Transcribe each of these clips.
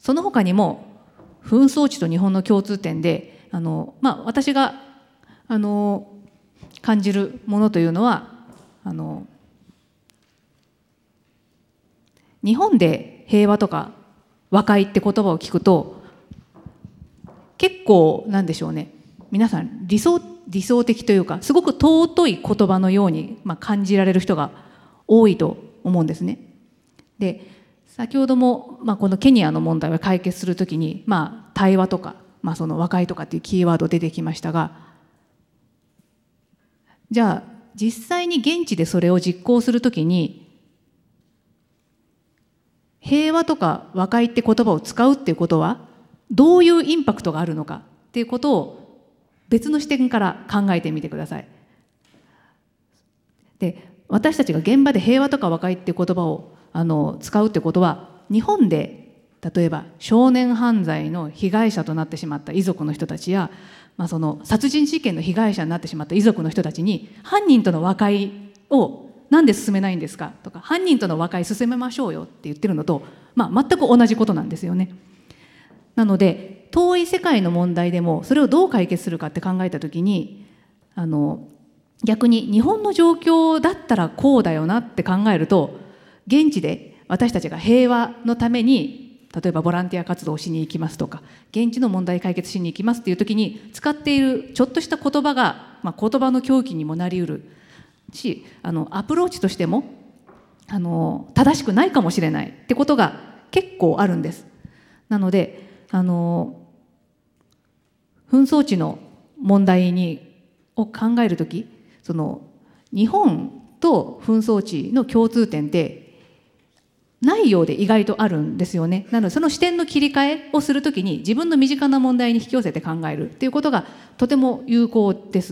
その他にも紛争地と日本の共通点で私が感じるものというのは日本で平和とか和解って言葉を聞くと結構なんでしょうね、皆さん理想的というかすごく尊い言葉のように感じられる人が多いと思うんですね。で先ほどもこのケニアの問題を解決するときに対話とかその和解とかっていうキーワード出てきましたが、じゃあ実際に現地でそれを実行するときに平和とか和解って言葉を使うっていうことはどういうインパクトがあるのかっていうことを別の視点から考えてみてください。で私たちが現場で平和とか和解っていう言葉を使うってことは日本で例えば少年犯罪の被害者となってしまった遺族の人たちや、その殺人事件の被害者になってしまった遺族の人たちに犯人との和解をなんで進めないんですかとか犯人との和解進めましょうよって言ってるのと、全く同じことなんですよね。なので遠い世界の問題でもそれをどう解決するかって考えたときに逆に日本の状況だったらこうだよなって考えると現地で私たちが平和のために例えばボランティア活動をしに行きますとか現地の問題解決しに行きますっていう時に使っているちょっとした言葉が、言葉の凶器にもなりうるしアプローチとしても正しくないかもしれないってことが結構あるんです。なので紛争地の問題を考えるとき日本と紛争地の共通点ってないようで意外とあるんですよね。なのでその視点の切り替えをするときに自分の身近な問題に引き寄せて考えるっていうことがとても有効です。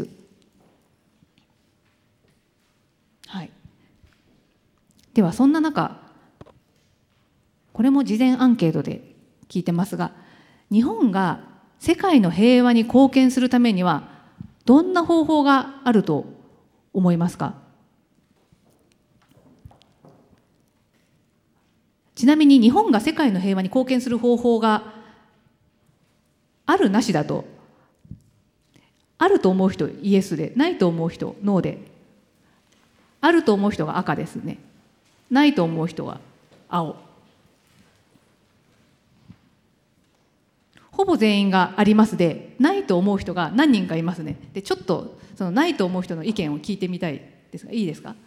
はい、ではそんな中これも事前アンケートで聞いてますが日本が世界の平和に貢献するためにはどんな方法があると思いますか？ちなみに日本が世界の平和に貢献する方法があるなしだと、あると思う人イエスでないと思う人ノーで、あると思う人が赤ですね、ないと思う人は青。ほぼ全員がありますで、ないと思う人が何人かいますね。でちょっとそのないと思う人の意見を聞いてみたいですがいいですか？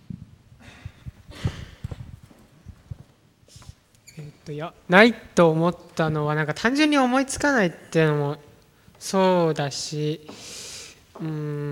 いやないと思ったのは単純に思いつかないっていうのもそうだし、例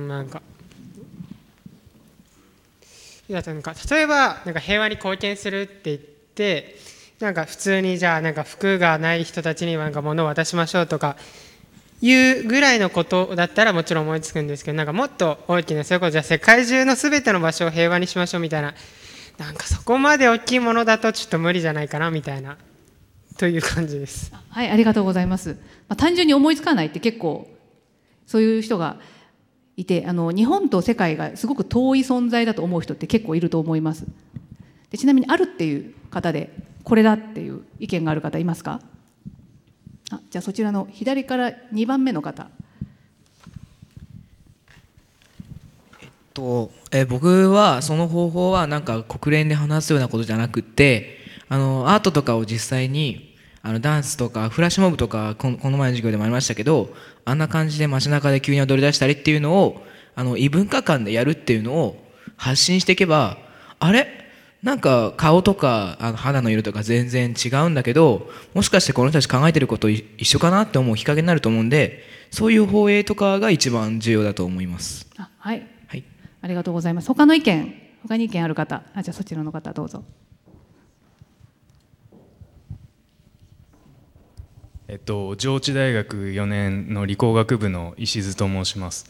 えば平和に貢献するって言って普通にじゃあ服がない人たちに物を渡しましょうとかいうぐらいのことだったらもちろん思いつくんですけどもっと大きなそういうことじゃあ世界中の全ての場所を平和にしましょうみたいなそこまで大きいものだとちょっと無理じゃないかなみたいなという感じです。 はい、ありがとうございます。単純に思いつかないって結構そういう人がいて日本と世界がすごく遠い存在だと思う人って結構いると思います。でちなみにあるっていう方でこれだっていう意見がある方いますか？じゃあそちらの左から2番目の方。 僕はその方法は国連で話すようなことじゃなくってアートとかを実際にダンスとかフラッシュモブとかこの前の授業でもありましたけどあんな感じで街中で急に踊り出したりっていうのを異文化間でやるっていうのを発信していけばあれ顔とか肌の色とか全然違うんだけどもしかしてこの人たち考えてること一緒かなって思うきっかけになると思うんでそういう放映とかが一番重要だと思います。 はい、はい、ありがとうございます。他に意見ある方じゃあそちらの方どうぞ。 上智大学4年の理工学部の石津と申します。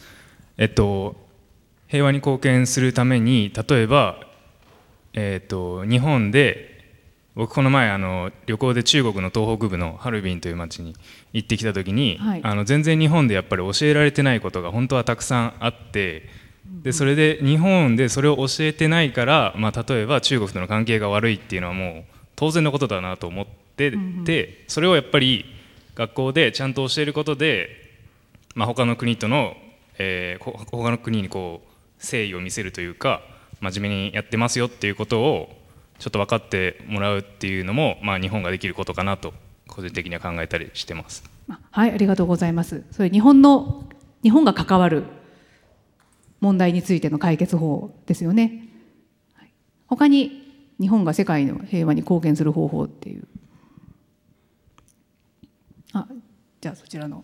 平和に貢献するために例えば日本で僕この前旅行で中国の東北部のハルビンという町に行ってきた時に、はい、全然日本でやっぱり教えられてないことが本当はたくさんあってでそれで日本でそれを教えてないから、例えば中国との関係が悪いっていうのはもう当然のことだなと思ってってて、それをやっぱり学校でちゃんと教えることで、他の国との、他の国にこう誠意を見せるというか、真面目にやってますよっていうことをちょっと分かってもらうっていうのも、日本ができることかなと個人的には考えたりしてます。 はい、ありがとうございます。それ日本が関わる問題についての解決法ですよね。他に日本が世界の平和に貢献する方法っていう。じゃあそちらの。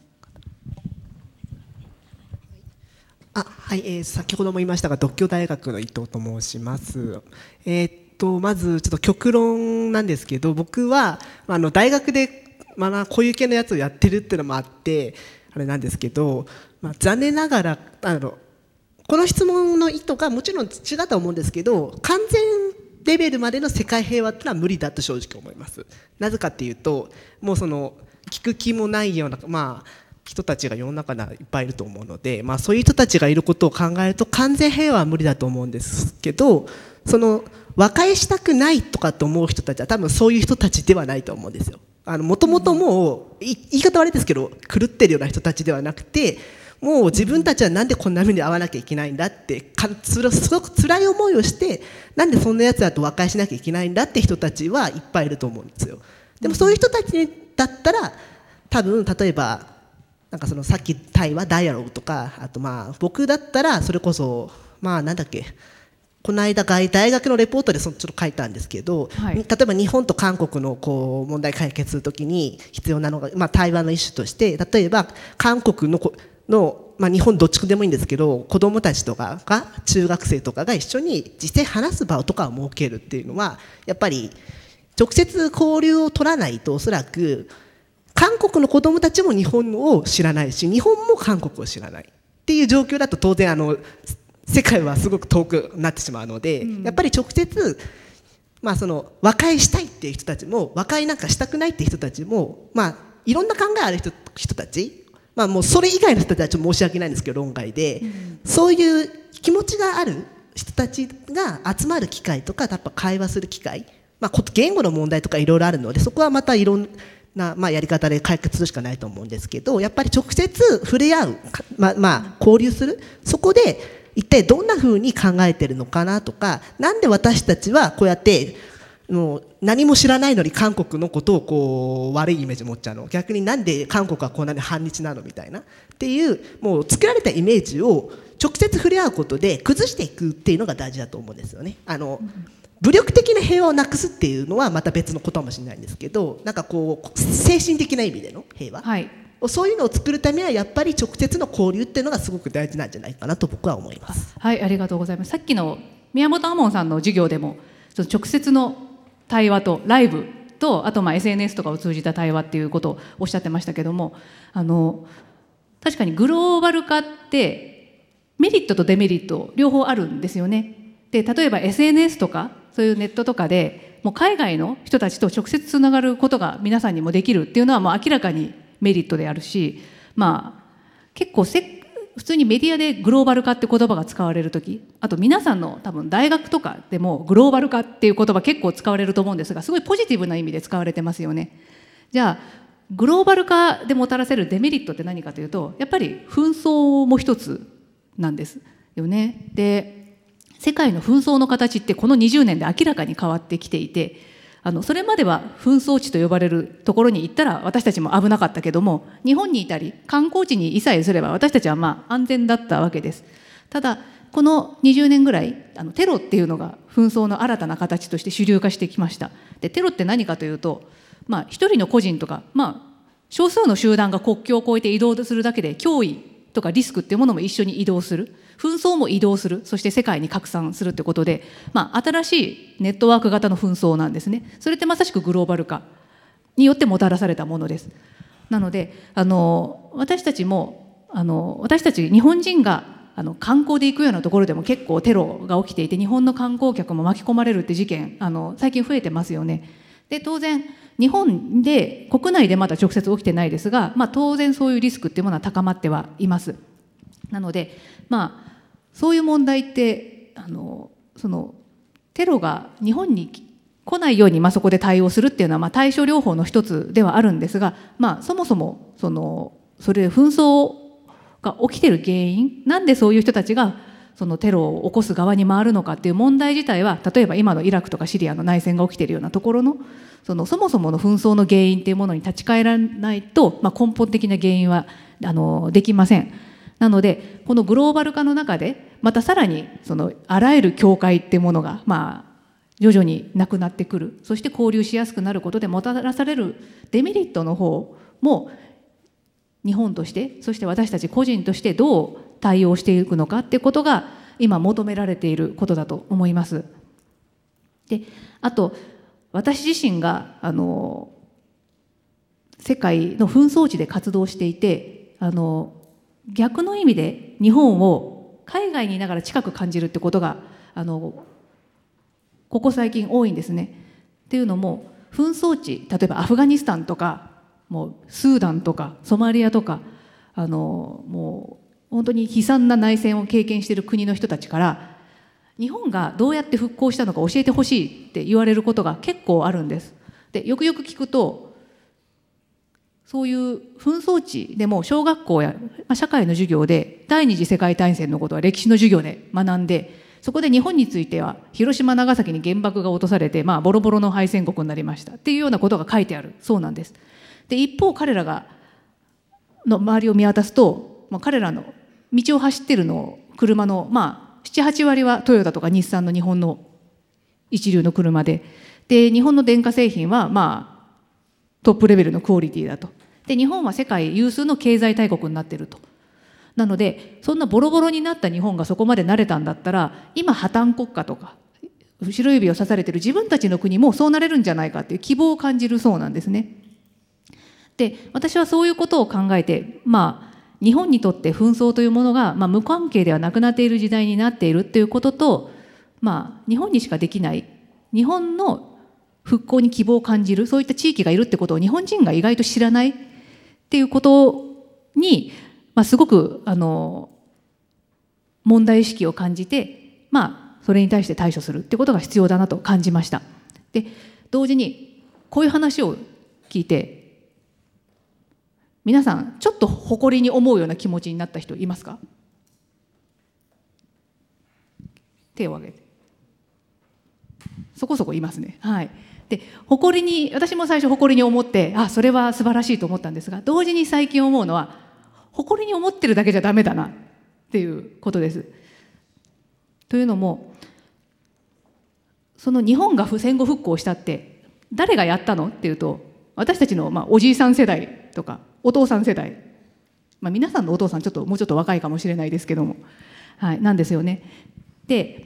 はい、先ほども言いましたが、独協大学の伊藤と申します。まずちょっと極論なんですけど、僕は大学でこういう系のやつをやってるっていうのもあってあれなんですけど、残念ながらこの質問の意図がもちろん違うと思うんですけど、完全レベルまでの世界平和っていうのは無理だと正直思います。なぜかっていうと、もう聞く気もないような人たちが世の中にはいっぱいいると思うので、そういう人たちがいることを考えると完全平和は無理だと思うんですけど、和解したくないとかと思う人たちは多分そういう人たちではないと思うんですよ。もともともう言い方悪いですけど狂ってるような人たちではなくて、もう自分たちはなんでこんな目に遭わなきゃいけないんだってすごく辛い思いをして、なんでそんなやつらと和解しなきゃいけないんだって人たちはいっぱいいると思うんですよ。でもそういう人たちだったら多分例えばさっき対話ダイアログとか、あと僕だったらそれこそなんだっけ、この間大学のレポートでちょっと書いたんですけど、例えば日本と韓国の問題解決するときに必要なのが、対話の一種として、例えば韓国の日本どっちでもいいんですけど、子どもたちとかが中学生とかが一緒に実際話す場とかを設けるっていうのは、やっぱり直接交流を取らないと、おそらく韓国の子どもたちも日本を知らないし、日本も韓国を知らないっていう状況だと、当然世界はすごく遠くなってしまうので、やっぱり直接和解したいっていう人たちも、和解なんかしたくないっていう人たちも、いろんな考えある人たち、もうそれ以外の人たちは申し訳ないんですけど論外で、そういう気持ちがある人たちが集まる機会とか、やっぱ会話する機会、言語の問題とかいろいろあるので、そこはまたいろんなやり方で解決するしかないと思うんですけど、やっぱり直接触れ合う、交流する、そこで一体どんな風に考えてるのかなとか、なんで私たちはこうやってもう何も知らないのに韓国のことを悪いイメージ持っちゃうの、逆になんで韓国はこんなに反日なのみたいなっていう、もう作られたイメージを直接触れ合うことで崩していくっていうのが大事だと思うんですよね。武力的な平和をなくすっていうのはまた別のことかもしれないんですけど、精神的な意味での平和、そういうのを作るためにはやっぱり直接の交流っていうのがすごく大事なんじゃないかなと僕は思います。 はい、ありがとうございます。さっきの宮本亞門さんの授業でも直接の対話とライブと、あとSNS とかを通じた対話っていうことをおっしゃってましたけども、確かにグローバル化ってメリットとデメリット両方あるんですよね。で、例えば SNS とかそういうネットとかでもう海外の人たちと直接つながることが皆さんにもできるっていうのはもう明らかにメリットであるし、結構普通にメディアでグローバル化って言葉が使われるとき、あと皆さんの多分大学とかでもグローバル化っていう言葉結構使われると思うんですが、すごいポジティブな意味で使われてますよね。じゃあグローバル化でもたらせるデメリットって何かというと、やっぱり紛争も一つなんですよね。で、世界の紛争の形ってこの20年で明らかに変わってきていて、それまでは紛争地と呼ばれるところに行ったら私たちも危なかったけども、日本にいたり観光地にいさえすれば私たちは安全だったわけです。ただこの20年ぐらいテロっていうのが紛争の新たな形として主流化してきました。で、テロって何かというと、一人の個人とか、少数の集団が国境を越えて移動するだけで脅威とかリスクっていうものも一緒に移動する、紛争も移動する、そして世界に拡散するってことで、新しいネットワーク型の紛争なんですね。それってまさしくグローバル化によってもたらされたものです。なので私たち日本人が観光で行くようなところでも結構テロが起きていて、日本の観光客も巻き込まれるって事件最近増えてますよね。で、当然日本で国内でまだ直接起きてないですが、当然そういうリスクっていうものは高まってはいます。なのでそういう問題ってそのテロが日本に来ないようにそこで対応するっていうのは対処療法の一つではあるんですが、そもそもそれで紛争が起きてる原因、なんでそういう人たちがそのテロを起こす側に回るのかっていう問題自体は、例えば今のイラクとかシリアの内戦が起きているようなところのそもそもの紛争の原因っていうものに立ち返らないと、根本的な原因はできません。なのでこのグローバル化の中でまたさらにあらゆる境界っていうものが徐々になくなってくる。そして交流しやすくなることでもたらされるデメリットの方も日本として、そして私たち個人としてどう対応していくのかっていうことが今求められていることだと思います。で、あと私自身が世界の紛争地で活動していて、逆の意味で日本を海外にいながら近く感じるってことがここ最近多いんですね。っていうのも紛争地、例えばアフガニスタンとかもうスーダンとかソマリアとかもう本当に悲惨な内戦を経験している国の人たちから日本がどうやって復興したのか教えてほしいって言われることが結構あるんです。で、よくよく聞くとそういう紛争地でも小学校や社会の授業で第二次世界大戦のことは歴史の授業で学んで、そこで日本については広島長崎に原爆が落とされてボロボロの敗戦国になりましたっていうようなことが書いてあるそうなんです。で、一方彼らの周りを見渡すと、彼らの道を走ってるの車の7、8割はトヨタとか日産の日本の一流の車で、日本の電化製品はトップレベルのクオリティだと。で、日本は世界有数の経済大国になっていると。なのでそんなボロボロになった日本がそこまで慣れたんだったら、今破綻国家とか後ろ指を指されている自分たちの国もそうなれるんじゃないかっていう希望を感じるそうなんですね。で、私はそういうことを考えて、日本にとって紛争というものが、無関係ではなくなっている時代になっているということと、日本にしかできない日本の復興に希望を感じるそういった地域がいるってことを日本人が意外と知らないっていうことに、すごく問題意識を感じて、それに対して対処するってことが必要だなと感じました。で、同時にこういう話を聞いて皆さんちょっと誇りに思うような気持ちになった人いますか？手を挙げて。そこそこいますね。はい。で、私も最初誇りに思って、それは素晴らしいと思ったんですが、同時に最近思うのは誇りに思ってるだけじゃダメだなっていうことです。というのも、その日本が戦後復興したって誰がやったのっていうと、私たちのおじいさん世代とかお父さん世代、皆さんのお父さんもうちょっと若いかもしれないですけども、なんですよね。で、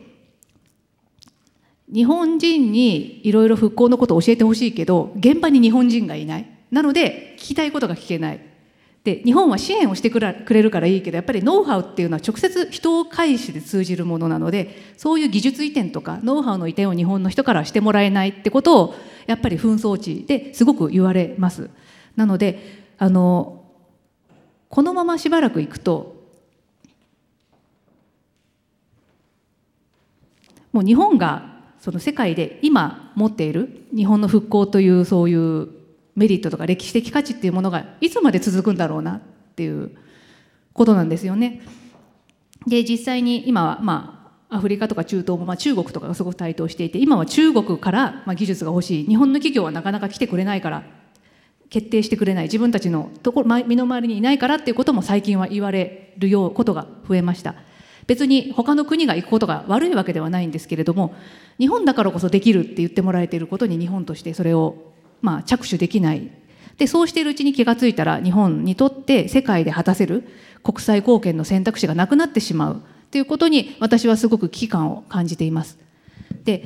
日本人にいろいろ復興のことを教えてほしいけど現場に日本人がいない。なので聞きたいことが聞けない。で、日本は支援をしてくれるからいいけど、やっぱりノウハウっていうのは直接人を介して通じるものなので、そういう技術移転とかノウハウの移転を日本の人からしてもらえないってことをやっぱり紛争地ですごく言われます。なのでこのまましばらくいくともう日本がその世界で今持っている日本の復興というそういうメリットとか歴史的価値っていうものがいつまで続くんだろうなっていうことなんですよね。で、実際に今はアフリカとか中東も中国とかがすごく台頭していて、今は中国から技術が欲しい、日本の企業はなかなか来てくれないから、決定してくれない、自分たちの身の回りにいないからっていうことも最近は言われることが増えました。別に他の国が行くことが悪いわけではないんですけれども、日本だからこそできるって言ってもらえていることに日本としてそれを着手できない。で、そうしているうちに気がついたら日本にとって世界で果たせる国際貢献の選択肢がなくなってしまうということに私はすごく危機感を感じています。で、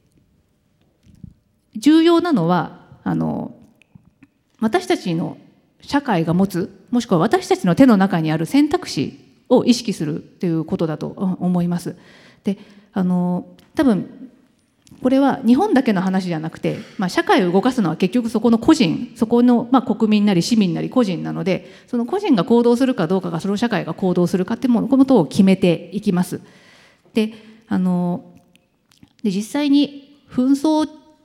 重要なのは私たちの社会が持つ、もしくは私たちの手の中にある選択肢を意識するということだと思います。で、多分これは日本だけの話じゃなくて、社会を動かすのは結局そこの個人、そこの国民なり市民なり個人なので、その個人が行動するかどうかがその社会が行動するかっていうことを決めていきます。で、実際に紛争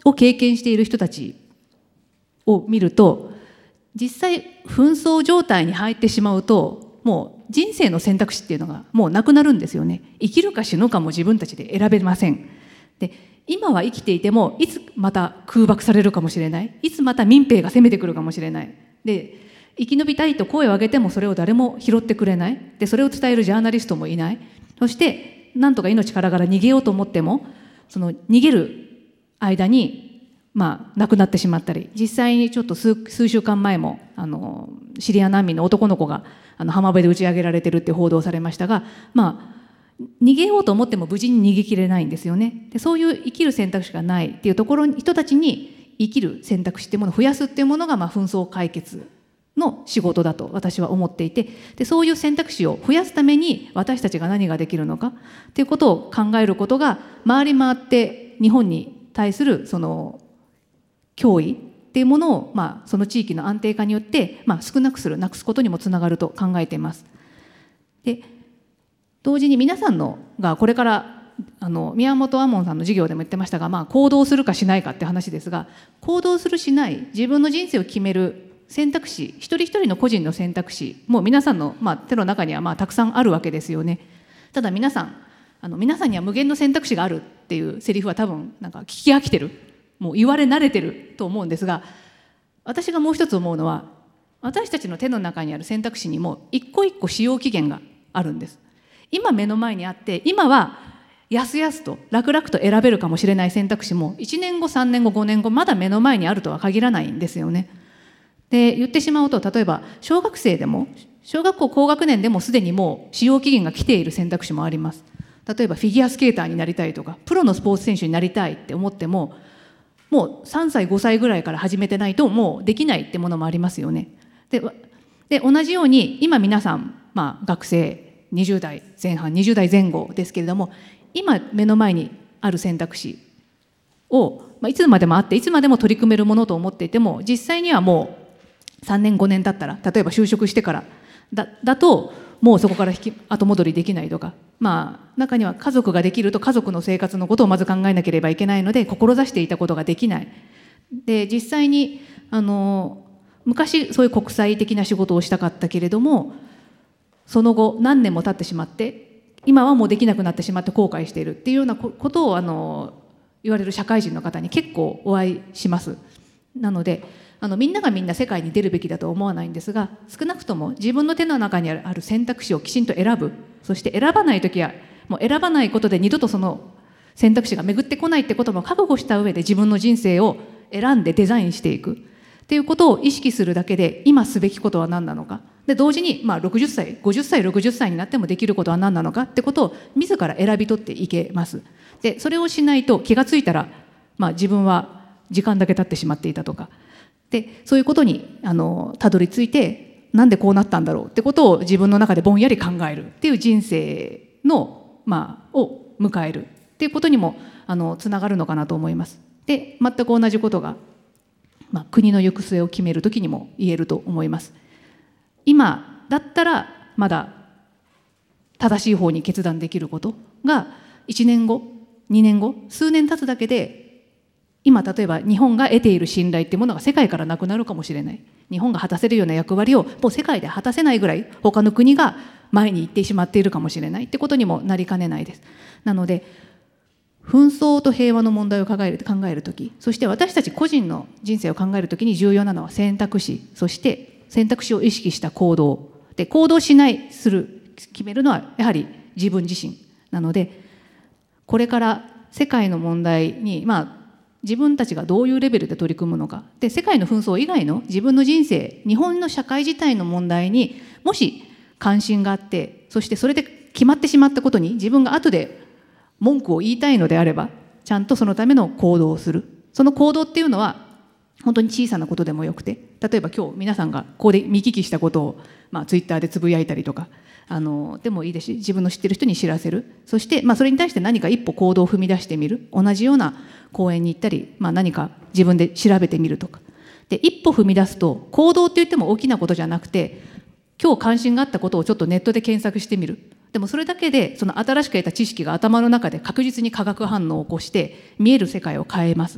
を経験している人たちを見ると、実際紛争状態に入ってしまうと、もう人生の選択肢っていうのがもうなくなるんですよね。生きるか死ぬかも自分たちで選べません。で、今は生きていてもいつまた空爆されるかもしれない、いつまた民兵が攻めてくるかもしれない。で、生き延びたいと声を上げてもそれを誰も拾ってくれない。で、それを伝えるジャーナリストもいない。そしてなんとか命からがら逃げようと思っても、その逃げる間に亡くなってしまったり、実際にちょっと数週間前もシリア難民の男の子が浜辺で打ち上げられてるって報道されましたが、逃げようと思っても無事に逃げきれないんですよね。で、そういう生きる選択肢がないっていうところに、人たちに生きる選択肢っていうものを増やすっていうものが紛争解決の仕事だと私は思っていて、で、そういう選択肢を増やすために私たちが何ができるのかっていうことを考えることが、回り回って日本に対するその脅威っていうものを、その地域の安定化によって、少なくする、なくすことにもつながると考えています。で、同時に皆さんのがこれから宮本亞門さんの授業でも言ってましたが、行動するかしないかって話ですが、行動するしない、自分の人生を決める選択肢、一人一人の個人の選択肢も皆さんの、手の中にはたくさんあるわけですよね。ただ皆さんには無限の選択肢があるっていうセリフは多分なんか聞き飽きてる、もう言われ慣れてると思うんですが、私がもう一つ思うのは、私たちの手の中にある選択肢にも一個一個使用期限があるんです。今目の前にあって、今はやすやすと楽々と選べるかもしれない選択肢も1年後3年後5年後まだ目の前にあるとは限らないんですよね。で、言ってしまうと、例えば小学生でも小学校高学年でもすでにもう使用期限が来ている選択肢もあります。例えばフィギュアスケーターになりたいとか、プロのスポーツ選手になりたいって思っても、もう3歳5歳ぐらいから始めてないともうできないってものもありますよね。で、同じように今皆さん、学生20代前半20代前後ですけれども、今目の前にある選択肢を、いつまでもあっていつまでも取り組めるものと思っていても、実際にはもう3年5年経ったら、例えば就職してからだともうそこから後戻りできないとか、中には家族ができると家族の生活のことをまず考えなければいけないので志していたことができない。で、実際に昔そういう国際的な仕事をしたかったけれども、その後何年も経ってしまって今はもうできなくなってしまって後悔しているっていうようなことを言われる社会人の方に結構お会いします。なのでみんながみんな世界に出るべきだと思わないんですが、少なくとも自分の手の中にある選択肢をきちんと選ぶ、そして選ばないときはもう選ばないことで二度とその選択肢が巡ってこないってことも覚悟した上で自分の人生を選んでデザインしていくっていうことを意識するだけで、今すべきことは何なのかで、同時に60歳50歳60歳になってもできることは何なのかってことを自ら選び取っていけます。で、それをしないと気がついたら、自分は時間だけ経ってしまっていたとかで、そういうことにたどり着いて、なんでこうなったんだろうってことを自分の中でぼんやり考えるっていう人生の、を迎えるっていうことにもつながるのかなと思います。で、全く同じことが、国の行く末を決めるときにも言えると思います。今だったらまだ正しい方に決断できることが1年後2年後数年経つだけで、今例えば日本が得ている信頼っていうものが世界からなくなるかもしれない。日本が果たせるような役割をもう世界で果たせないぐらい他の国が前に行ってしまっているかもしれないってことにもなりかねないです。なので紛争と平和の問題を考えるとき、そして私たち個人の人生を考えるときに重要なのは選択肢、そして選択肢を意識した行動で、行動しないする決めるのはやはり自分自身なので、これから世界の問題に自分たちがどういうレベルで取り組むのかで、世界の紛争以外の自分の人生、日本の社会自体の問題にもし関心があって、そしてそれで決まってしまったことに自分が後で文句を言いたいのであれば、ちゃんとそのための行動をする。その行動っていうのは本当に小さなことでもよくて、例えば今日皆さんがここで見聞きしたことをツイッターでつぶやいたりとかでもいいですし、自分の知ってる人に知らせる。そしてそれに対して何か一歩行動を踏み出してみる。同じような公園に行ったり、何か自分で調べてみるとかで、一歩踏み出すと、行動って言っても大きなことじゃなくて、今日関心があったことをちょっとネットで検索してみる。でもそれだけでその新しく得た知識が頭の中で確実に化学反応を起こして見える世界を変えます。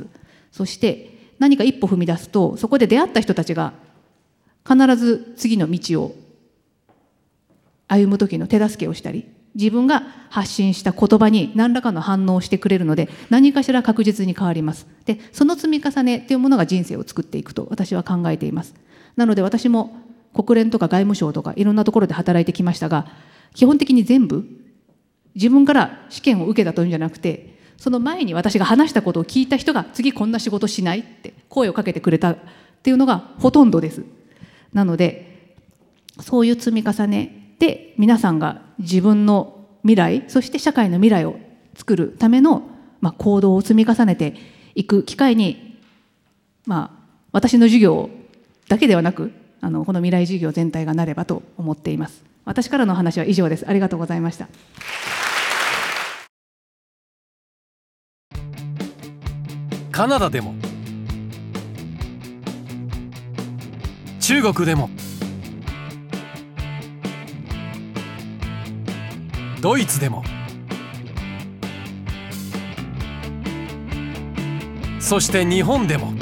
そして何か一歩踏み出すと、そこで出会った人たちが必ず次の道を歩む時の手助けをしたり、自分が発信した言葉に何らかの反応をしてくれるので、何かしら確実に変わります。で、その積み重ねというものが人生を作っていくと私は考えています。なので私も国連とか外務省とかいろんなところで働いてきましたが、基本的に全部自分から試験を受けたというんじゃなくて、その前に私が話したことを聞いた人が次こんな仕事しないって声をかけてくれたっていうのがほとんどです。なのでそういう積み重ねで皆さんが自分の未来、そして社会の未来を作るための、行動を積み重ねていく機会に、私の授業だけではなくこの未来授業全体がなればと思っています。私からの話は以上です。ありがとうございました。 カナダでも、中国でも、ドイツでも、そして日本でも、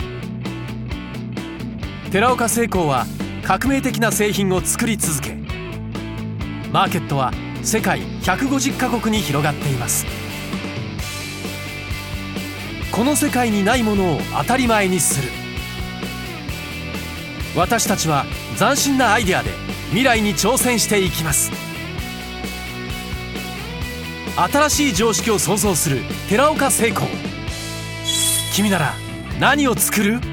寺岡製鋼は革命的な製品を作り続け、マーケットは世界150カ国に広がっています。この世界にないものを当たり前にする。私たちは斬新なアイデアで未来に挑戦していきます。新しい常識を創造する寺岡製鋼。君なら何を作る？